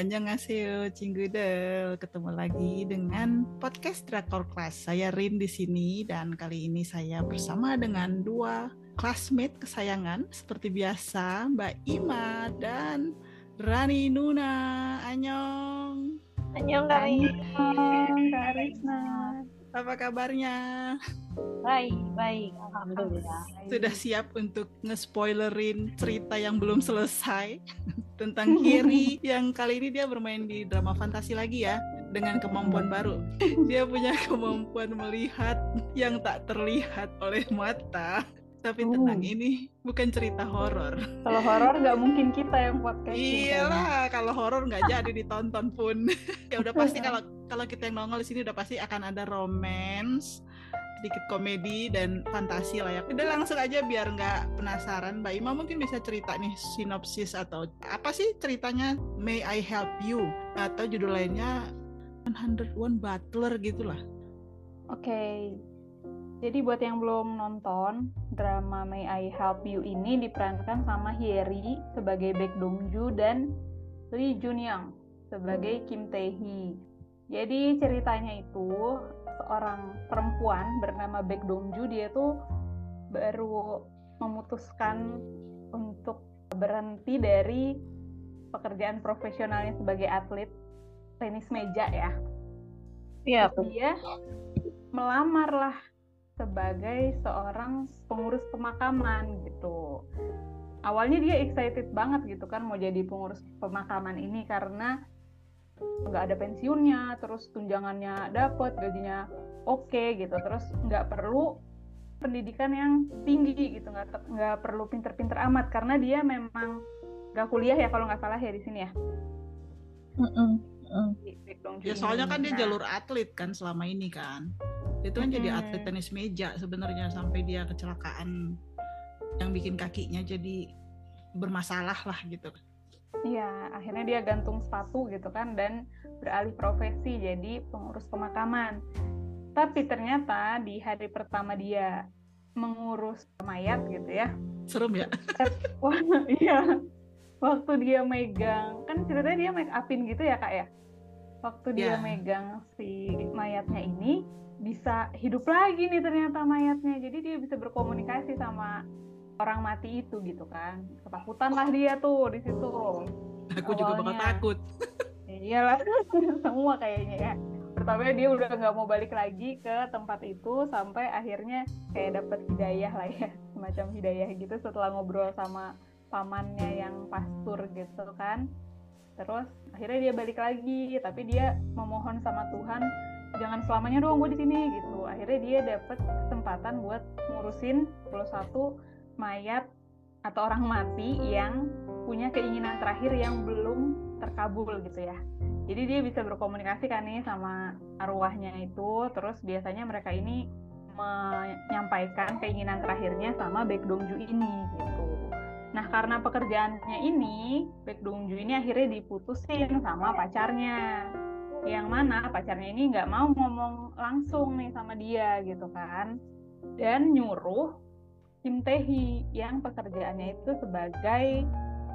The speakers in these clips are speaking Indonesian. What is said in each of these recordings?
Annyeonghaseyo, Cinggudel. Ketemu lagi dengan podcast Drakor Class. Saya Rin di sini dan kali ini saya bersama dengan dua classmate kesayangan seperti biasa, Mbak Ima dan Rani Nuna. Annyeong. Annyeong Kak Karisna. Apa kabarnya? Baik, alhamdulillah. Sudah siap untuk nge-spoilerin cerita yang belum selesai tentang Hyeri yang kali ini dia bermain di drama fantasi lagi ya, dengan kemampuan baru. Dia punya kemampuan melihat yang tak terlihat oleh mata. Tapi tenang, ini bukan cerita horor. Kalau horor nggak mungkin kita yang podcasting. Iyalah, kalau horor nggak jadi ditonton pun. Ya udah pasti kalau kita yang nongol di sini udah pasti akan ada romance, sedikit komedi dan fantasi lah ya. Udah langsung aja biar nggak penasaran. Mbak Ima mungkin bisa cerita nih sinopsis atau apa sih ceritanya May I Help You atau judul lainnya 101 Butler gitulah. Oke. Jadi buat yang belum nonton, drama May I Help You ini diperankan sama Hyeri sebagai Baek Dong-ju dan Lee Jun-young sebagai Kim Tae-hee. Jadi ceritanya itu seorang perempuan bernama Baek Dong-ju, dia tuh baru memutuskan untuk berhenti dari pekerjaan profesionalnya sebagai atlet tenis meja ya. Iya, Dia melamar lah sebagai seorang pengurus pemakaman gitu. Awalnya dia excited banget gitu kan mau jadi pengurus pemakaman ini karena nggak ada pensiunnya, terus tunjangannya dapet, gajinya oke gitu, terus nggak perlu pendidikan yang tinggi gitu, nggak perlu pinter-pinter amat karena dia memang nggak kuliah ya kalau nggak salah ya di sini ya. Ya soalnya kan dia jalur atlet kan selama ini kan. Itu kan jadi atlet tenis meja sebenarnya sampai dia kecelakaan yang bikin kakinya jadi bermasalah lah gitu. Iya, akhirnya dia gantung sepatu gitu kan dan beralih profesi jadi pengurus pemakaman. Tapi ternyata di hari pertama dia mengurus mayat gitu ya. Serem ya? Wah, iya. Waktu dia megang, kan ceritanya dia make upin gitu ya Kak ya. Waktu dia megang si mayatnya ini bisa hidup lagi nih ternyata mayatnya. Jadi dia bisa berkomunikasi sama orang mati itu gitu kan. Ketakutan lah dia tuh di situ. Aku juga bakal takut. Iyalah, semua kayaknya ya. Pertama dia udah nggak mau balik lagi ke tempat itu sampai akhirnya kayak dapat hidayah lah ya, semacam hidayah gitu setelah ngobrol sama pamannya yang pastur gitu kan. Terus akhirnya dia balik lagi, tapi dia memohon sama Tuhan jangan selamanya doang gue di sini gitu. Akhirnya dia dapat kesempatan buat ngurusin 21 mayat atau orang mati yang punya keinginan terakhir yang belum terkabul gitu ya. Jadi dia bisa berkomunikasi kan nih sama arwahnya itu. Terus biasanya mereka ini menyampaikan keinginan terakhirnya sama Baek Dong-ju ini gitu. Nah karena pekerjaannya ini, Baek Dong-ju ini akhirnya diputusin sama pacarnya. Yang mana pacarnya ini nggak mau ngomong langsung nih sama dia gitu kan. Dan nyuruh Kim Tae-hee yang pekerjaannya itu sebagai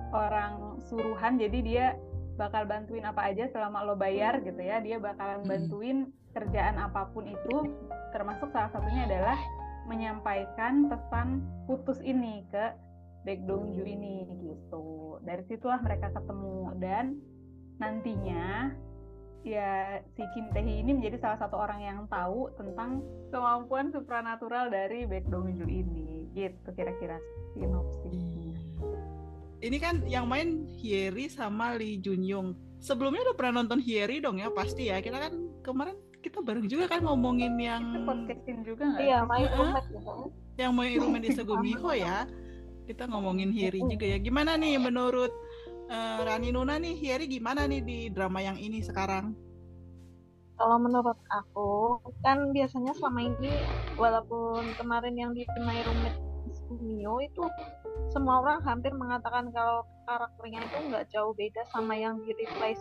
orang suruhan, jadi dia bakal bantuin apa aja selama lo bayar gitu ya, dia bakalan bantuin kerjaan apapun itu, termasuk salah satunya adalah menyampaikan pesan putus ini ke Baek Dong-ju ini gitu. Dari situlah mereka ketemu dan nantinya ya si Kim Tae-hee ini menjadi salah satu orang yang tahu tentang kemampuan supranatural dari Baek Dong-ju ini. Gitu kira-kira sinopsisnya. Ini kan yang main Hyeri sama Lee Jun-young. Sebelumnya udah pernah nonton Hyeri dong ya pasti ya. Kita kan kemarin kita bareng juga kan ngomongin yang kita podcastin juga nggak? Iya, main rumah gitu. Yang main rumah di Segumiho ya. Kita ngomongin Hyeri juga ya. Gimana nih menurut Rani Nuna nih, Hyeri gimana nih di drama yang ini sekarang? Kalau menurut aku, kan biasanya selama ini walaupun kemarin yang di My Roommate Mio itu semua orang hampir mengatakan kalau karakternya itu nggak jauh beda sama yang di Reply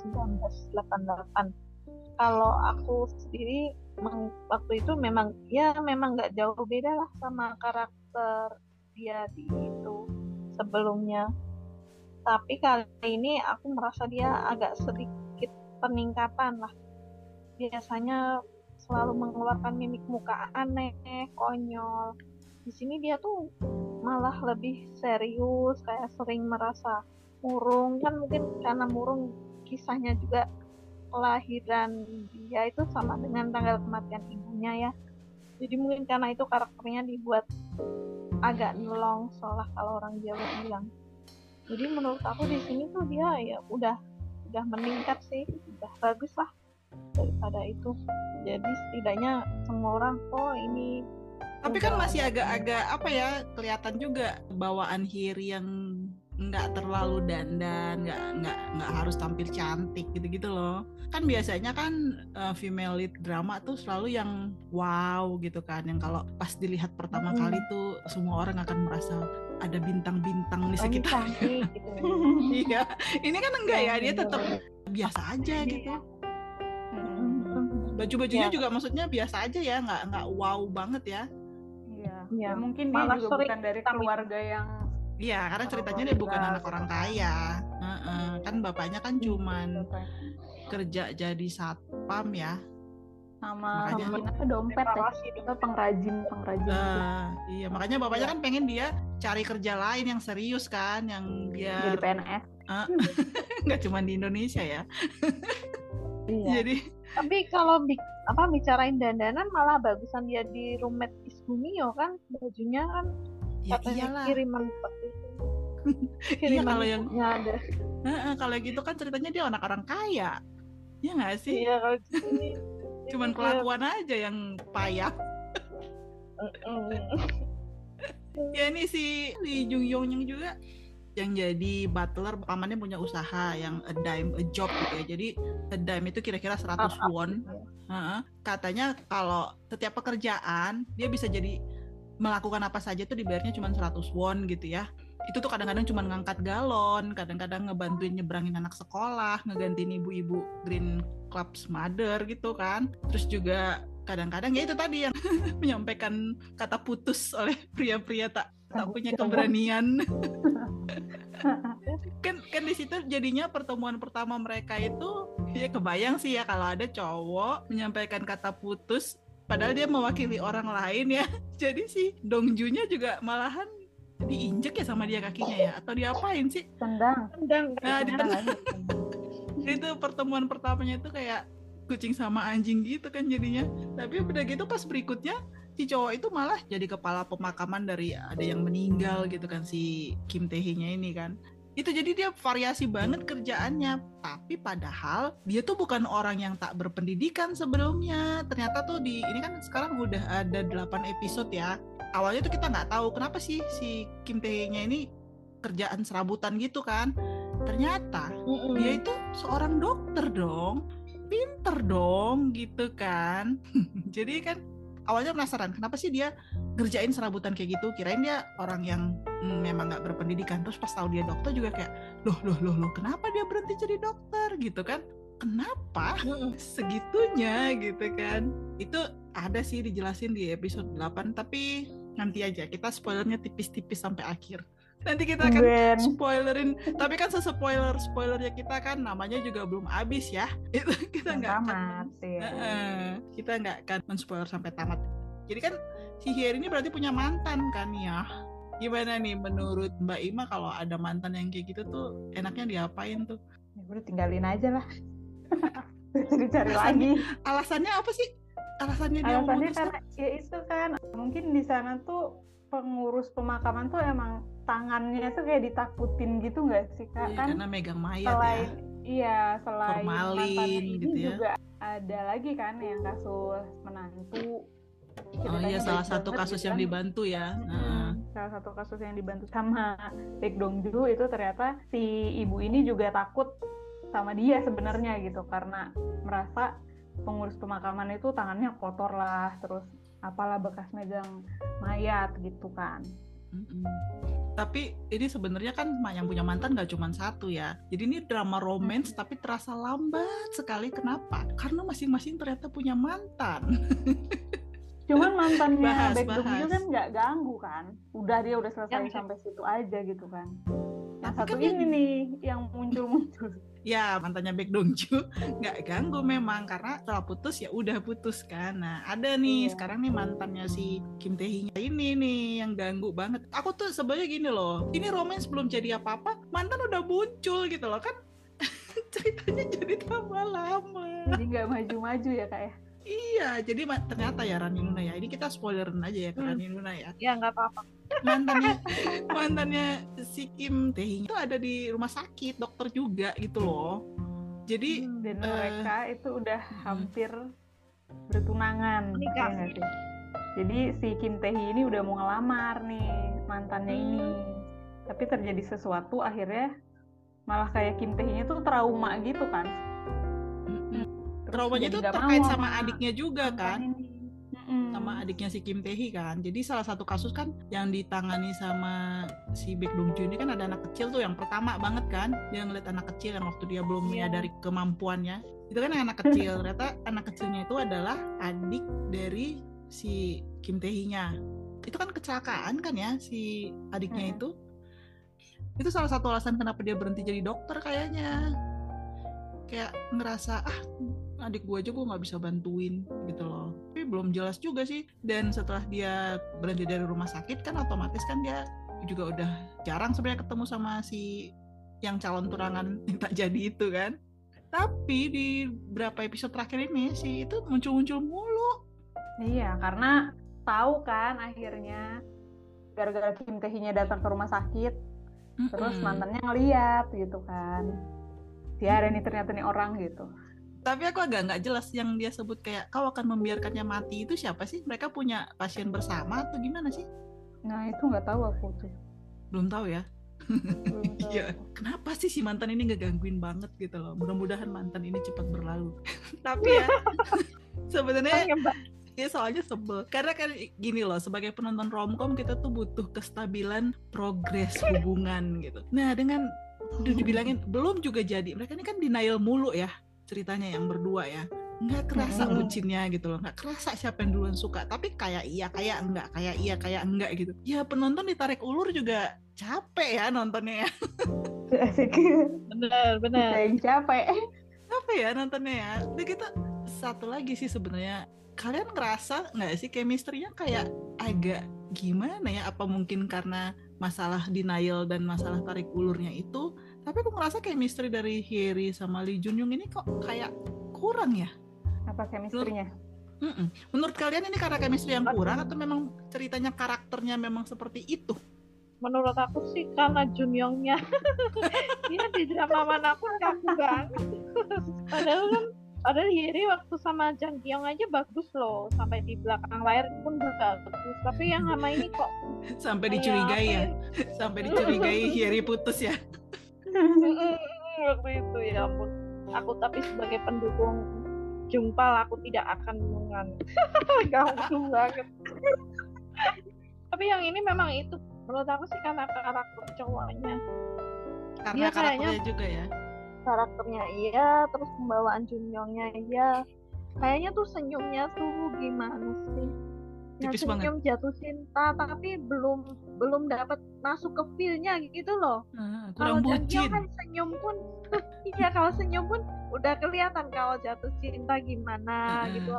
1988. Kalau aku sendiri waktu itu memang nggak jauh beda lah sama karakter dia di itu sebelumnya. Tapi kali ini aku merasa dia agak sedikit peningkatan lah. Biasanya selalu mengeluarkan mimik muka aneh, konyol. Di sini dia tuh malah lebih serius, kayak sering merasa murung. Kan mungkin karena murung kisahnya juga kelahiran dia itu sama dengan tanggal kematian ibunya ya. Jadi mungkin karena itu karakternya dibuat agak nelongso lah kalau orang Jawa bilang. Jadi menurut aku di sini tuh dia ya udah meningkat sih, udah bagus lah daripada itu. Jadi setidaknya semua orang ini. Tapi kan masih agak-agak apa ya, kelihatan juga bawaan Hiri yang nggak terlalu dandan, nggak harus tampil cantik gitu-gitu loh. Kan biasanya kan female lead drama tuh selalu yang wow gitu kan, yang kalau pas dilihat pertama kali tuh semua orang akan merasa ada bintang-bintang di sekitar. Gitu. Iya, ini kan enggak ya, dia tetap biasa aja gitu. Baju-bajunya juga maksudnya biasa aja ya, nggak wow banget ya. Iya. Mungkin dia juga bukan dari keluarga yang. Iya, karena ceritanya dia bukan anak orang kaya. Kan bapaknya kan cuman kerja jadi satpam ya. Sama dompet ya, pengrajin. Iya, makanya bapaknya kan pengen dia cari kerja lain yang serius kan, yang dia jadi PNS. Nggak cuma di Indonesia ya. Iya. Jadi tapi kalau bicarain dandanan malah bagusan dia di Roommate is Fumio kan, bajunya kan ya iyalah kiriman seperti itu. Iya, kalau yang ada. Kalau gitu kan ceritanya dia anak orang kaya. Ya nggak sih? Iya, kalau gini. Cuman kelakuan aja yang payah. Ya ini si Lee Jung Yong juga yang jadi butler, pamannya punya usaha yang a dime a job gitu ya. Jadi a dime itu kira-kira 100 won. Katanya kalau setiap pekerjaan dia bisa jadi melakukan apa saja tuh dibayarnya cuma 100 won gitu ya. Itu tuh kadang-kadang cuma ngangkat galon, kadang-kadang ngebantuin nyebrangin anak sekolah, ngegantiin ibu-ibu Green Club's mother gitu kan. Terus juga kadang-kadang ya itu tadi yang menyampaikan kata putus oleh pria-pria tak punya keberanian. kan di situ jadinya pertemuan pertama mereka itu ya kebayang sih ya kalau ada cowok menyampaikan kata putus padahal dia mewakili orang lain ya. Jadi si Dongjunya juga malahan diinjek ya sama dia kakinya ya, atau diapain sih? Tendang. Nah, itu pertemuan pertamanya itu kayak kucing sama anjing gitu kan jadinya. Tapi udah gitu pas berikutnya si cowok itu malah jadi kepala pemakaman dari ada yang meninggal gitu kan, si Kim Tae-hee-nya ini kan. Itu jadi dia variasi banget kerjaannya. Tapi padahal dia tuh bukan orang yang tak berpendidikan sebelumnya. Ternyata tuh ini kan sekarang udah ada 8 episode ya. Awalnya tuh kita nggak tahu kenapa sih si Kim Tae-hee-nya ini kerjaan serabutan gitu kan. Ternyata dia itu seorang dokter dong, pinter dong gitu kan. Jadi kan awalnya penasaran kenapa sih dia ngerjain serabutan kayak gitu, kirain dia orang yang memang nggak berpendidikan. Terus pas tahu dia dokter juga kayak loh kenapa dia berhenti jadi dokter gitu kan, kenapa segitunya gitu kan. Itu ada sih dijelasin di episode 8, tapi nanti aja kita spoilernya tipis-tipis sampai akhir. Nanti kita akan spoilerin, tapi kan spoilernya kita kan namanya juga belum habis ya. Itu kita nggak akan kita nggak akan men-spoiler sampai tamat. Jadi kan si Hiri ini berarti punya mantan kan ya. Gimana nih menurut Mbak Ima kalau ada mantan yang kayak gitu tuh enaknya diapain tuh? Ya udah tinggalin aja lah. Dicari lagi. Alasannya apa sih? Alasannya karena ya itu kan mungkin di sana tuh pengurus pemakaman tuh emang tangannya tuh kayak ditakutin gitu nggak sih Kak? Iya, kan karena megang mayat selain formalin gitu ya. Juga ada lagi kan yang kasus menantu. Salah satu kasus yang dibantu ya. Salah satu kasus yang dibantu sama Baek Dongju itu ternyata si ibu ini juga takut sama dia sebenarnya gitu, karena merasa pengurus pemakaman itu tangannya kotor lah, terus apalah bekas megang mayat gitu kan. Tapi ini sebenarnya kan yang punya mantan gak cuma satu ya. Jadi ini drama romance tapi terasa lambat sekali. Kenapa? Karena masing-masing ternyata punya mantan. Cuman mantannya Baek Dongju kan nggak ganggu kan. Dia udah selesai sampai situ aja gitu kan. Tapi satu kan ini nih yang muncul. Ya mantannya Baek Dongju nggak ganggu memang karena setelah putus ya udah putus kan. Nah ada nih sekarang nih mantannya si Kim Tae Hee ini nih yang ganggu banget. Aku tuh sebenarnya gini loh, ini romance belum jadi apa-apa mantan udah muncul gitu loh kan. Ceritanya jadi tambah lama. Jadi nggak maju-maju ya kak ya. Iya, jadi ternyata ya Rani Nuna ya. Ini kita spoilerin aja ya ke Rani Nuna ya. Ya nggak apa-apa. Mantannya si Kim Tae Hee itu ada di rumah sakit, dokter juga gitu loh. Jadi dan mereka itu udah hampir bertunangan. Nikah. Ya, sih? Jadi si Kim Tae Hee ini udah mau ngelamar nih mantannya ini. Tapi terjadi sesuatu akhirnya malah kayak Kim Tae Hee-nya tuh trauma gitu kan. Traumanya itu terkait sama adiknya juga kan, sama adiknya si Kim Tae Hee kan. Jadi salah satu kasus kan yang ditangani sama si Baek Dongju ini kan ada anak kecil tuh yang pertama banget kan, dia ngeliat anak kecil yang waktu dia belum menyadari kemampuannya. Itu kan yang anak kecil, ternyata anak kecilnya itu adalah adik dari si Kim Tae Hee-nya. Itu kan kecelakaan kan ya si adiknya itu. Itu salah satu alasan kenapa dia berhenti jadi dokter kayaknya. Kayak ngerasa adik gue aja gue nggak bisa bantuin gitu loh. Tapi belum jelas juga sih. Dan setelah dia berhenti dari rumah sakit kan otomatis kan dia juga udah jarang sebenarnya ketemu sama si yang calon tunangan yang tak jadi itu kan. Tapi di berapa episode terakhir ini sih itu muncul-muncul mulu. Iya, karena tahu kan akhirnya gara-gara Kim Tae Hee-nya datang ke rumah sakit, terus mantannya ngeliat gitu kan. Dia ada nih ternyata nih orang gitu. Tapi aku agak nggak jelas yang dia sebut kayak kau akan membiarkannya mati itu siapa sih? Mereka punya pasien bersama atau gimana sih? Nah itu nggak tahu aku tuh. Belum tahu ya. Iya. Kenapa sih si mantan ini ngegangguin banget gitu loh? Mudah-mudahan mantan ini cepat berlalu. Tapi ya sebenarnya ya soalnya sebel. Karena kan gini loh, sebagai penonton romcom kita tuh butuh kestabilan progres hubungan gitu. Nah dengan udah dibilangin belum juga jadi, mereka ini kan denial mulu ya ceritanya yang berdua ya, nggak kerasa bucinnya gitu loh, nggak kerasa siapa yang duluan suka, tapi kayak iya kayak enggak, kayak iya kayak enggak gitu ya. Penonton ditarik ulur juga capek ya nontonnya ya. bener yang capek ya nontonnya ya. Dan kita satu lagi sih sebenarnya, kalian ngerasa nggak sih chemistry-nya kayak agak gimana ya, apa mungkin karena masalah denial dan masalah tarik ulurnya itu. Tapi aku ngerasa chemistry dari Hyeri sama Lee Junyoung ini kok kayak kurang ya. Apa chemistry-nya? Menurut kalian ini karena chemistry yang kurang atau memang ceritanya karakternya memang seperti itu? Menurut aku sih karena Junyoung-nya. Dia di drama manapun kaku banget. Padahal Hyeri waktu sama Jang Kyung aja bagus loh, sampai di belakang layar pun bagus. Tapi yang sama ini kok sampai dicurigai ya, sampai dicurigai Hyeri putus ya. Waktu itu ya ampun. Aku tapi sebagai pendukung Jungpal aku tidak akan ganggu banget. Tapi yang ini memang itu menurut aku sih karena karakter cowoknya. Karena dia karakternya juga ya. Karakternya iya, terus pembawaan Junyoungnya iya. Kayaknya tuh senyumnya tuh gimana sih? Tipis senyum banget. Jatuh cinta tapi belum dapat masuk ke feel-nya gitu loh. Kurang bucin. Kan senyum pun iya, kalau senyum pun udah kelihatan kalau jatuh cinta gimana gitu.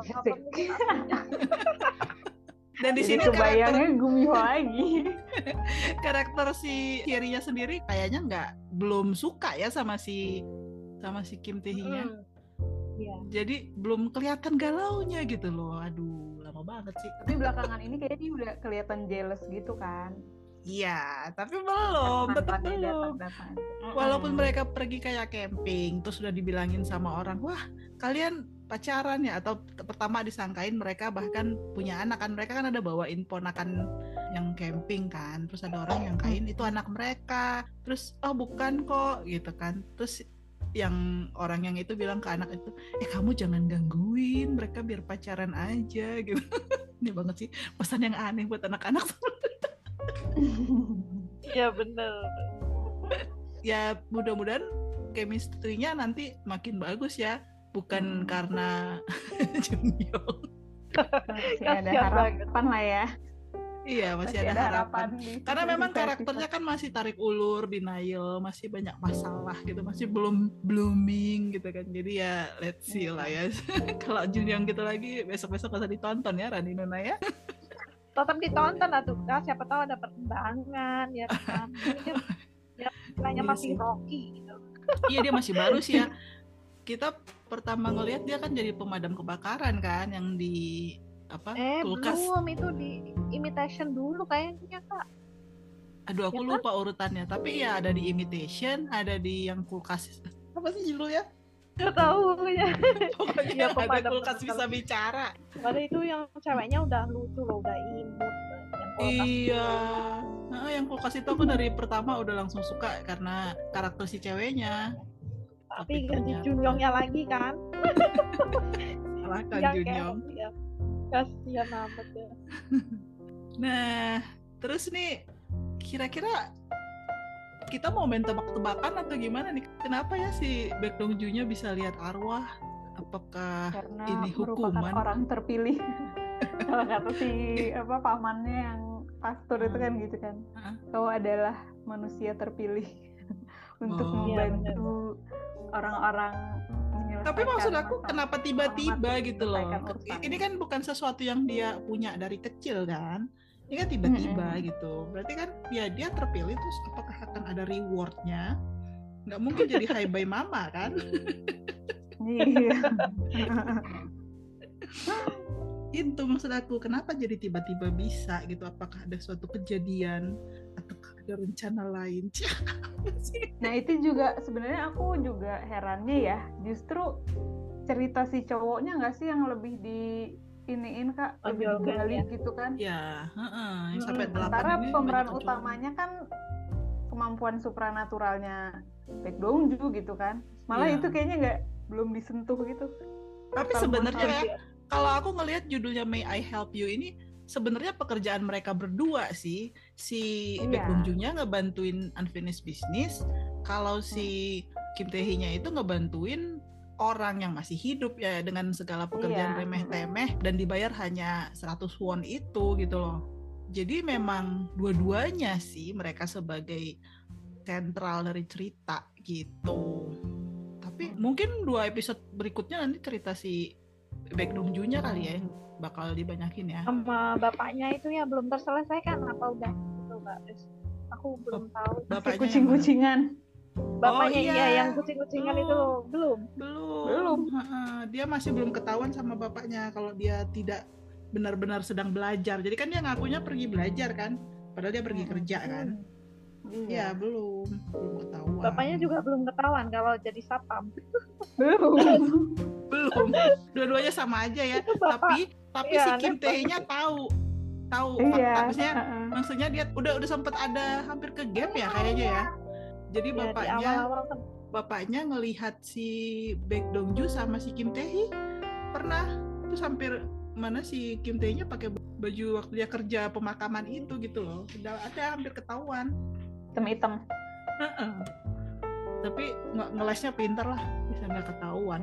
Dan di sini kebayangnya Gumiho lagi. Karakter si Hyeri-nya sendiri kayaknya belum suka ya sama si Kim Tae Hee-nya. Jadi belum kelihatan galaunya gitu loh. Aduh, lama banget sih. Tapi belakangan ini kayaknya dia udah kelihatan jealous gitu kan. Iya, tapi belum, tetap belum. Walaupun mereka pergi kayak camping, terus udah dibilangin sama orang, wah kalian pacaran ya, atau pertama disangkain mereka bahkan punya anak kan, mereka kan ada bawain ponakan yang camping kan, terus ada orang yang kain itu anak mereka, terus oh bukan kok gitu kan, terus yang orang yang itu bilang ke anak itu, kamu jangan gangguin mereka biar pacaran aja gitu. Ini banget sih pesan yang aneh buat anak-anak. Iya bener. Ya mudah-mudahan chemistry-nya nanti makin bagus ya, bukan karena Junyoung. Masih ada harapan lah ya. Iya, masih ada harapan. Karena memang karakternya kan masih tarik ulur, denial, masih banyak masalah gitu, masih belum blooming gitu kan. Jadi ya let's see lah ya. Kalau Junyoung gitu lagi besok-besok bisa ditonton ya Rani Nuna ya. Tetap ditonton atuh Kak, siapa tahu ada perkembangan ya kan. Ya istilahnya Iya masih sih. Rocky gitu. Iya, dia masih baru sih ya. Kita pertama ngelihat dia kan jadi pemadam kebakaran kan yang di kulkas. Belum, itu di Imitation dulu kayaknya Kak. Aduh, aku Ya kan? lupa urutannya. Tapi ya ada di Imitation, ada di yang kulkas. Apa sih judulnya? Gak tahu ya. Pokoknya Ya, ada pemadam kulkas bisa kebakaran. bicara. Padahal itu yang ceweknya udah lucu loh, udah imut. Yang kulkas Iya. Nah, yang kulkas itu aku dari pertama udah langsung suka karena karakter si ceweknya. tapi ganti ternyata Junyoungnya lagi kan. salahkan Yang Junyoung. kayak ya, kasihan amat ya. Nah, terus nih kira-kira kita mau main tebak-tebakan atau gimana nih? Kenapa ya si Baek Dong Joo-nya bisa lihat arwah? Apakah Karena ini merupakan hukuman? orang terpilih. Kalau kata si pamannya yang pastor itu kan gitu kan. Kau adalah manusia terpilih untuk membantu orang-orang menyelesaikan. Tapi maksud aku kenapa tiba-tiba hormat, gitu loh? menyelesaikan urusan. Ini kan bukan sesuatu yang dia punya dari kecil kan? Ini kan tiba-tiba gitu. Berarti kan ya dia terpilih terus apakah akan ada rewardnya? Nggak mungkin jadi hi bye mama kan? Iya. Itu maksud aku, kenapa jadi tiba-tiba bisa gitu? Apakah ada suatu kejadian atau ada rencana lain? Nah itu juga sebenarnya aku juga herannya ya, justru cerita si cowoknya nggak sih yang lebih di iniin Kak, lebih digali gitu kan? Ya, sampai 8 Antara ini pemeran utamanya kan kemampuan supranaturalnya Baek Dong Joo gitu kan, malah itu kayaknya belum disentuh gitu. Tapi sebenarnya ya, kalau aku ngelihat judulnya May I Help You ini sebenarnya pekerjaan mereka berdua sih. Si Baek Dong Joo-nya ngebantuin Unfinished Business, kalau si Kim Tae Hee-nya itu ngebantuin orang yang masih hidup ya dengan segala pekerjaan remeh-temeh dan dibayar hanya 100 won itu gitu loh. Jadi memang dua-duanya sih mereka sebagai sentral dari cerita gitu. Tapi mungkin 2 episode berikutnya nanti cerita si Baek Dong Joo-nya kali ya yang bakal dibanyakin ya. Sama bapaknya itu ya belum terselesaikan apa udah itu Mbak? Aku belum tahu. Bapaknya kucing-kucingan. Bapaknya iya yang kucing-kucingan itu loh, belum. Dia masih belum ketahuan sama bapaknya kalau dia tidak benar-benar sedang belajar. Jadi kan dia ngakunya pergi belajar kan, padahal dia pergi kerja kan. Iya, belum ketahuan. Bapaknya juga belum ketahuan kalau jadi satpam. belum. Dua-duanya sama aja ya. Tapi si Kim Tae-nya tahu. Maksudnya dia udah sempet ada hampir ke gap ya kayaknya ya. Jadi bapaknya ngelihat si Baek Dong Joo sama si Kim Tae Hee pernah terus hampir mana si Kim Tae Hee-nya pakai baju waktu dia kerja pemakaman itu gitu loh. Udah ada hampir ketahuan. Hitam-hitam. Tapi ngelesnya pintar lah, bisa nggak ketahuan.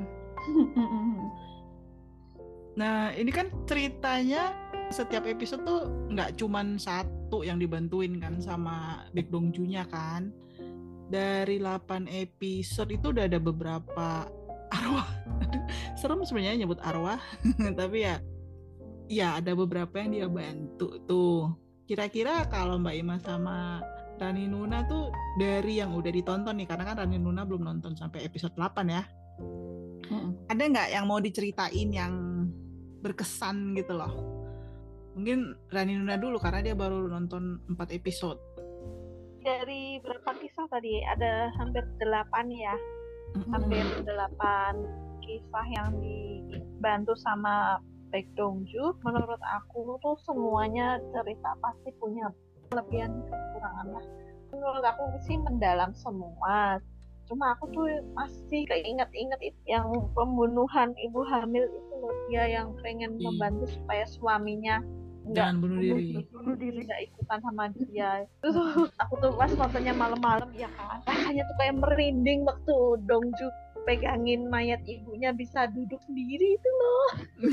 Nah ini kan ceritanya setiap episode tuh nggak cuman satu yang dibantuin kan sama Baek Dong Joo-nya kan. Dari 8 episode itu udah ada beberapa arwah. Serem sebenarnya nyebut arwah. Tapi ya ada beberapa yang dia bantu tuh. Kira-kira kalau Mbak Ima sama Rani Nuna tuh dari yang udah ditonton nih, karena kan Rani Nuna belum nonton sampai episode 8 ya. Ada nggak yang mau diceritain yang berkesan gitu loh? Mungkin Rani Nuna dulu karena dia baru nonton 4 episode. Dari berapa kisah tadi? Ada hampir 8 ya. Hampir 8 kisah yang dibantu sama Baek Dong Joo. Menurut aku tuh semuanya cerita pasti punya kelebihan kekurangan lah. Menurut aku sih mendalam semua. Cuma aku tuh masih keinget-inget yang pembunuhan ibu hamil itu loh. Dia yang pengen membantu supaya suaminya jangan bunuh diri, nggak ikutan sama dia. Terus aku tuh pas nontonnya malam-malam ya kan, rasanya tuh kayak merinding waktu Dong Joo pegangin mayat ibunya bisa duduk sendiri itu loh.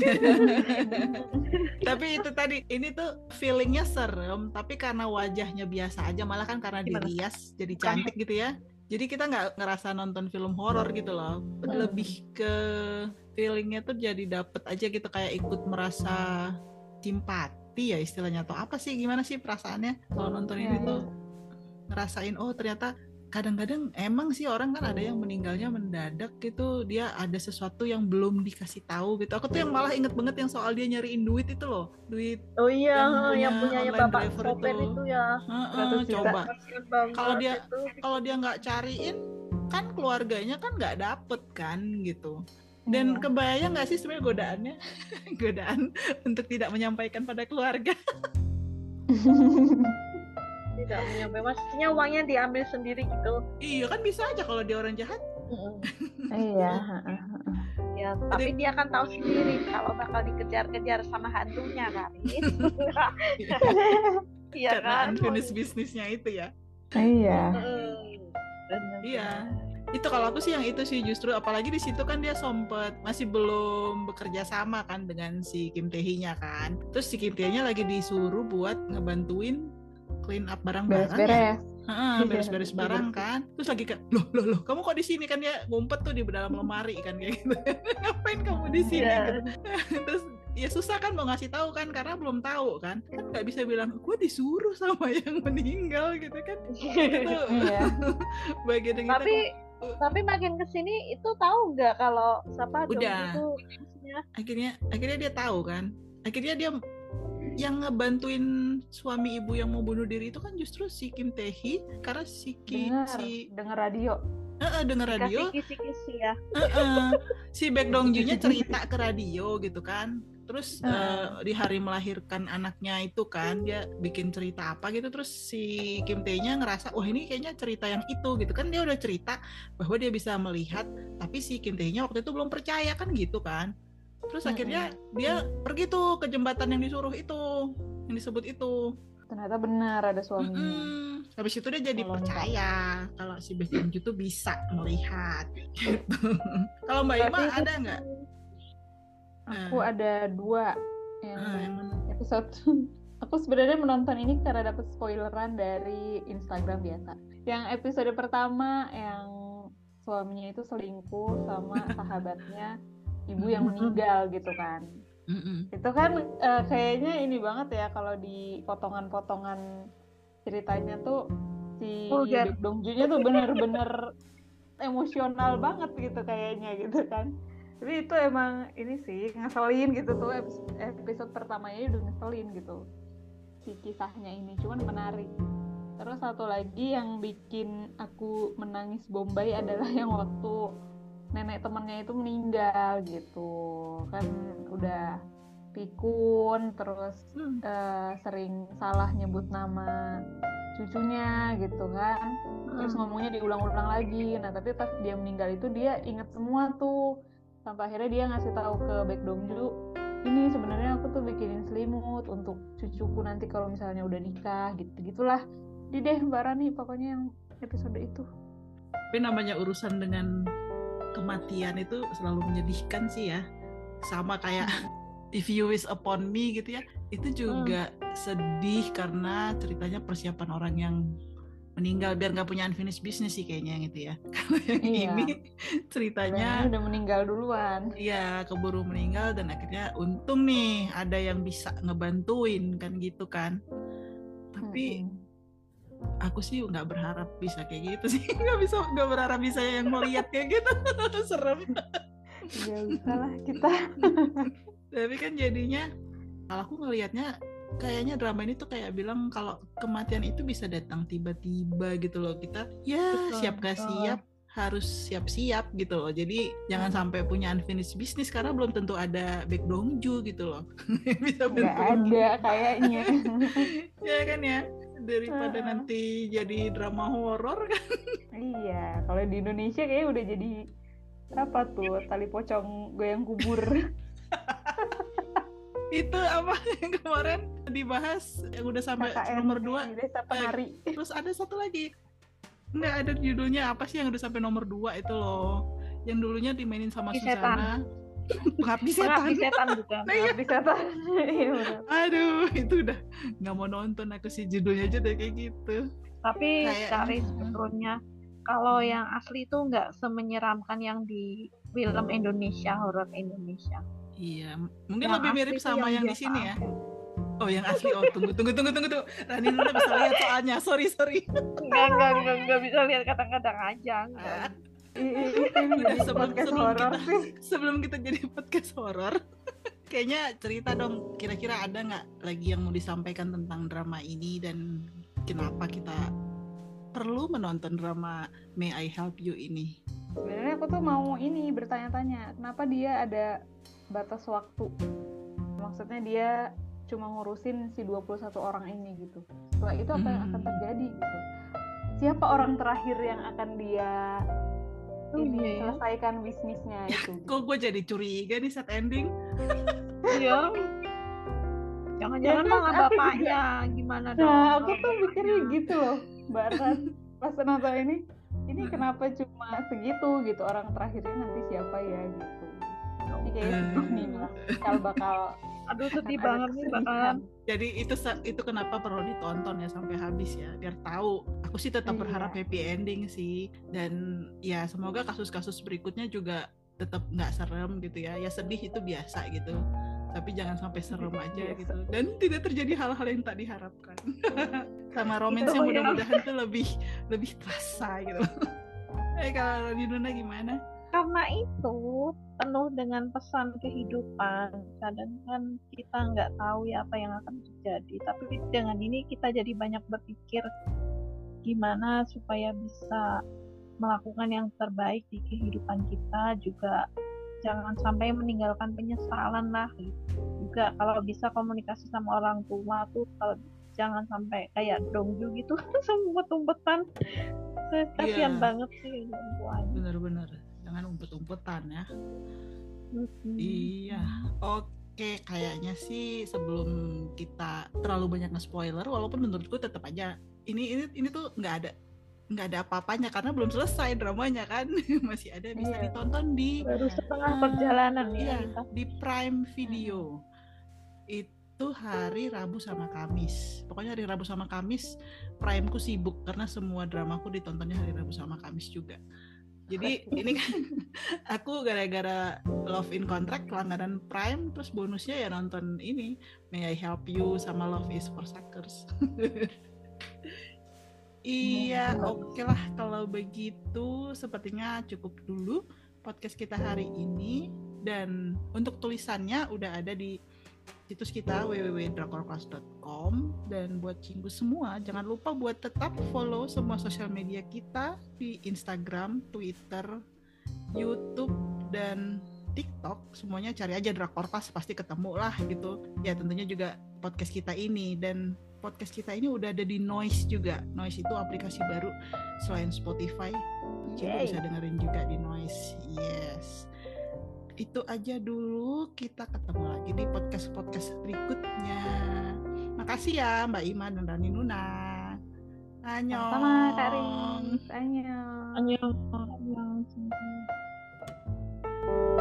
Tapi itu tadi, ini tuh feelingnya serem, tapi karena wajahnya biasa aja, malah kan karena Gimana? dirias jadi cantik gitu ya. Jadi kita nggak ngerasa nonton film horor gitu loh. Lebih ke feelingnya tuh jadi dapet aja gitu, kayak ikut merasa simpati ya istilahnya, atau apa sih, gimana sih perasaannya kalau nonton ini tuh ngerasain, oh ternyata kadang-kadang emang sih orang kan ada yang meninggalnya mendadak gitu, dia ada sesuatu yang belum dikasih tahu gitu. Aku tuh yang malah inget banget yang soal dia nyariin duit itu loh, duit Oh iya, yang punyanya online bapak driver sopir itu ya. coba Kasian banget itu. kalau dia nggak cariin kan keluarganya kan nggak dapet kan gitu. Dan kebayang nggak sih sebenarnya godaannya godaan untuk tidak menyampaikan pada keluarga. Tidak menyampai, maksudnya uangnya diambil sendiri gitu. Iya kan bisa aja kalau dia orang jahat. Iya. Ya, tapi dia kan tahu sendiri kalau bakal dikejar-kejar sama hantunya kan. Iya karena kan. unfinished bisnisnya itu ya. Iya. Iya. Itu kalau aku sih yang itu sih, justru apalagi di situ kan dia masih belum bekerja sama kan dengan si Kim Tae-hee-nya kan. Terus si Kim Tae-hee-nya lagi disuruh buat ngebantuin clean up barang-barang ya. Beres-beres barang kan. Terus lagi kan, loh, kamu kok di sini kan, dia ngumpet tuh di dalam lemari kan kayak gitu. Ngapain kamu di sini? Gitu. Terus ya susah kan mau ngasih tahu kan, karena belum tahu kan nggak bisa bilang gue disuruh sama yang meninggal gitu kan. Itu bagian yang tapi makin kesini itu tahu nggak kalau siapa dong itu akhirnya dia tahu kan. Akhirnya dia yang ngebantuin suami ibu yang mau bunuh diri itu kan justru si Kim Tae-hee, karena denger radio. Denger radio. Kisi-kisi ya. Si Baek Dong-ju-nya cerita ke radio gitu kan. Terus di hari melahirkan anaknya itu kan dia bikin cerita apa gitu, terus si Kim Tae-nya ngerasa wah ini kayaknya cerita yang itu gitu kan, dia udah cerita bahwa dia bisa melihat, tapi si Kim Tae-nya waktu itu belum percaya kan gitu kan. Terus akhirnya dia pergi tuh ke jembatan yang disuruh itu, yang disebut itu. Ternyata benar ada suaminya. Habis itu dia jadi percaya kalau si Baek Dong-ju tuh bisa melihat gitu. Kalau Mbak Ima ada nggak? Aku ada 2 yang episode. Aku sebenarnya menonton ini karena dapat spoileran dari Instagram biasa. Yang episode pertama yang suaminya itu selingkuh sama sahabatnya ibu yang meninggal gitu kan. Itu kan kayaknya ini banget ya, kalau di potongan-potongan ceritanya tuh si Baek Dong-ju-nya tuh bener-bener emosional banget gitu kayaknya gitu kan. Tapi itu emang ini sih ngeselin gitu tuh, episode pertamanya udah ngeselin gitu si kisahnya ini, cuman menarik. Terus satu lagi yang bikin aku menangis Bombay adalah yang waktu nenek temannya itu meninggal gitu kan, udah pikun, terus sering salah nyebut nama cucunya gitu kan, terus ngomongnya diulang-ulang lagi. Nah tapi pas dia meninggal itu dia inget semua tuh, sampai akhirnya dia ngasih tahu ke Baek Dong-ju, ini sebenarnya aku tuh bikinin selimut untuk cucuku nanti kalau misalnya udah nikah gitu-gitulah. Di deh Mbak Rani pokoknya yang episode itu. Tapi namanya urusan dengan kematian itu selalu menyedihkan sih ya, sama kayak If You Wish Upon Me gitu ya, itu juga sedih karena ceritanya persiapan orang yang meninggal biar nggak punya unfinished business sih kayaknya gitu ya. Kalau yang ini ceritanya udah meninggal duluan. Iya, keburu meninggal dan akhirnya untung nih ada yang bisa ngebantuin kan gitu kan. Tapi aku sih nggak berharap bisa kayak gitu sih, nggak berharap bisa yang mau lihat kayak gitu. Serem. Ya usahlah kita. Tapi kan jadinya kalau aku ngelihatnya kayaknya drama ini tuh kayak bilang kalau kematian itu bisa datang tiba-tiba gitu loh, kita ya siap gak siap harus siap-siap gitu loh. Jadi jangan sampai punya unfinished business karena belum tentu ada Baek Dong-ju gitu loh. Bisa nggak ada kayaknya. Ya kan ya, daripada nanti jadi drama horor kan. Iya, kalau di Indonesia kayaknya udah jadi apa tuh, tali pocong goyang kubur. Itu apa yang kemarin dibahas yang udah sampai KKN, nomor 2 Desa Penari. Terus ada satu lagi nggak ada judulnya apa sih yang udah sampai nomor 2 itu loh, yang dulunya dimainin sama Pengabdi Susana. Pengabdi setan. Pengabdi setan bukan. Pengabdi setan. Iya benar. Aduh, itu udah nggak mau nonton aku sih, judulnya aja udah kayak gitu. Tapi Kayak- cari sebetulnya kalau yang asli itu nggak semenyeramkan yang di film Indonesia, horor Indonesia. Iya, mungkin Yang lebih asli mirip tuh sama yang di biasa sini ya. aja. Oh, yang asli. Oh, tunggu. Rani Nuna bisa lihat soalnya. Sorry. Enggak bisa lihat kadang-kadang aja. enggak. Ini jadi podcast horor sih. Sebelum kita jadi podcast horor, kayaknya cerita dong, kira-kira ada nggak lagi yang mau disampaikan tentang drama ini dan kenapa kita perlu menonton drama May I Help You ini? Sebenarnya aku tuh mau ini bertanya-tanya, kenapa dia ada batas waktu? Maksudnya dia cuma ngurusin si 21 orang ini gitu. Setelah itu apa yang akan terjadi gitu? Siapa orang terakhir yang akan dia ini selesaikan bisnisnya itu? Kok gue jadi curiga nih set ending? Iya. Jangan-jangan malah bapaknya gimana dong? Nah, aku tuh mikirnya gitu loh, Mbak Ran. Pas nonton ini kenapa cuma segitu gitu, orang terakhirnya nanti siapa ya gitu. Ini kayak sedih nih, bakal Aduh sedih akan ada banget nih kesedihan. bakalan. Jadi itu kenapa perlu ditonton ya sampai habis ya, biar tahu. Aku sih tetap berharap happy ending sih, dan ya semoga kasus-kasus berikutnya juga tetap nggak serem gitu ya. Ya sedih itu biasa gitu, tapi jangan sampai serem aja Biasa. gitu, dan tidak terjadi hal-hal yang tak diharapkan. Sama romansnya Itu ya. mudah-mudahan tuh lebih terasa gitu. Kalau di Nuna gimana? Karena itu penuh dengan pesan kehidupan. Kadang kan kita nggak tahu ya apa yang akan terjadi. Tapi dengan ini kita jadi banyak berpikir gimana supaya bisa melakukan yang terbaik di kehidupan kita. Juga jangan sampai meninggalkan penyesalan lah. Juga kalau bisa komunikasi sama orang tua tuh, kalau jangan sampai kayak dongju gitu umpet-umpetan. Kasian banget sih orang tuanya. Bener-bener, jangan umpet-umpetan ya. Iya, oke, kayaknya sih sebelum kita terlalu banyak nge-spoiler, walaupun menurutku tetap aja ini tuh nggak ada apa-apanya karena belum selesai dramanya kan. Masih ada, bisa ditonton di baru setengah perjalanan iya, ya kita. di Prime Video. Itu hari Rabu sama Kamis. Pokoknya hari Rabu sama Kamis Prime-ku sibuk karena semua dramaku ditontonnya hari Rabu sama Kamis juga. Jadi ini kan aku gara-gara Love in Contract langganan Prime, terus bonusnya ya nonton ini May I Help You sama Love is for Suckers. Iya, oke lah kalau begitu sepertinya cukup dulu podcast kita hari ini, dan untuk tulisannya udah ada di situs kita www.drakorclass.com. Dan buat cinggu semua, jangan lupa buat tetap follow semua sosial media kita di Instagram, Twitter, YouTube, dan TikTok. Semuanya cari aja Drakor Class, pasti ketemu lah gitu. Ya tentunya juga podcast kita ini, dan podcast kita ini udah ada di Noise juga. Noise itu aplikasi baru selain Spotify. Cinggu bisa dengerin juga di Noise. Yes. Itu aja dulu, kita ketemu lagi di podcast-podcast berikutnya. Makasih ya Mbak Ima dan Rani Nuna. Annyeong. Sama Kak Riz. Annyeong. Annyeong.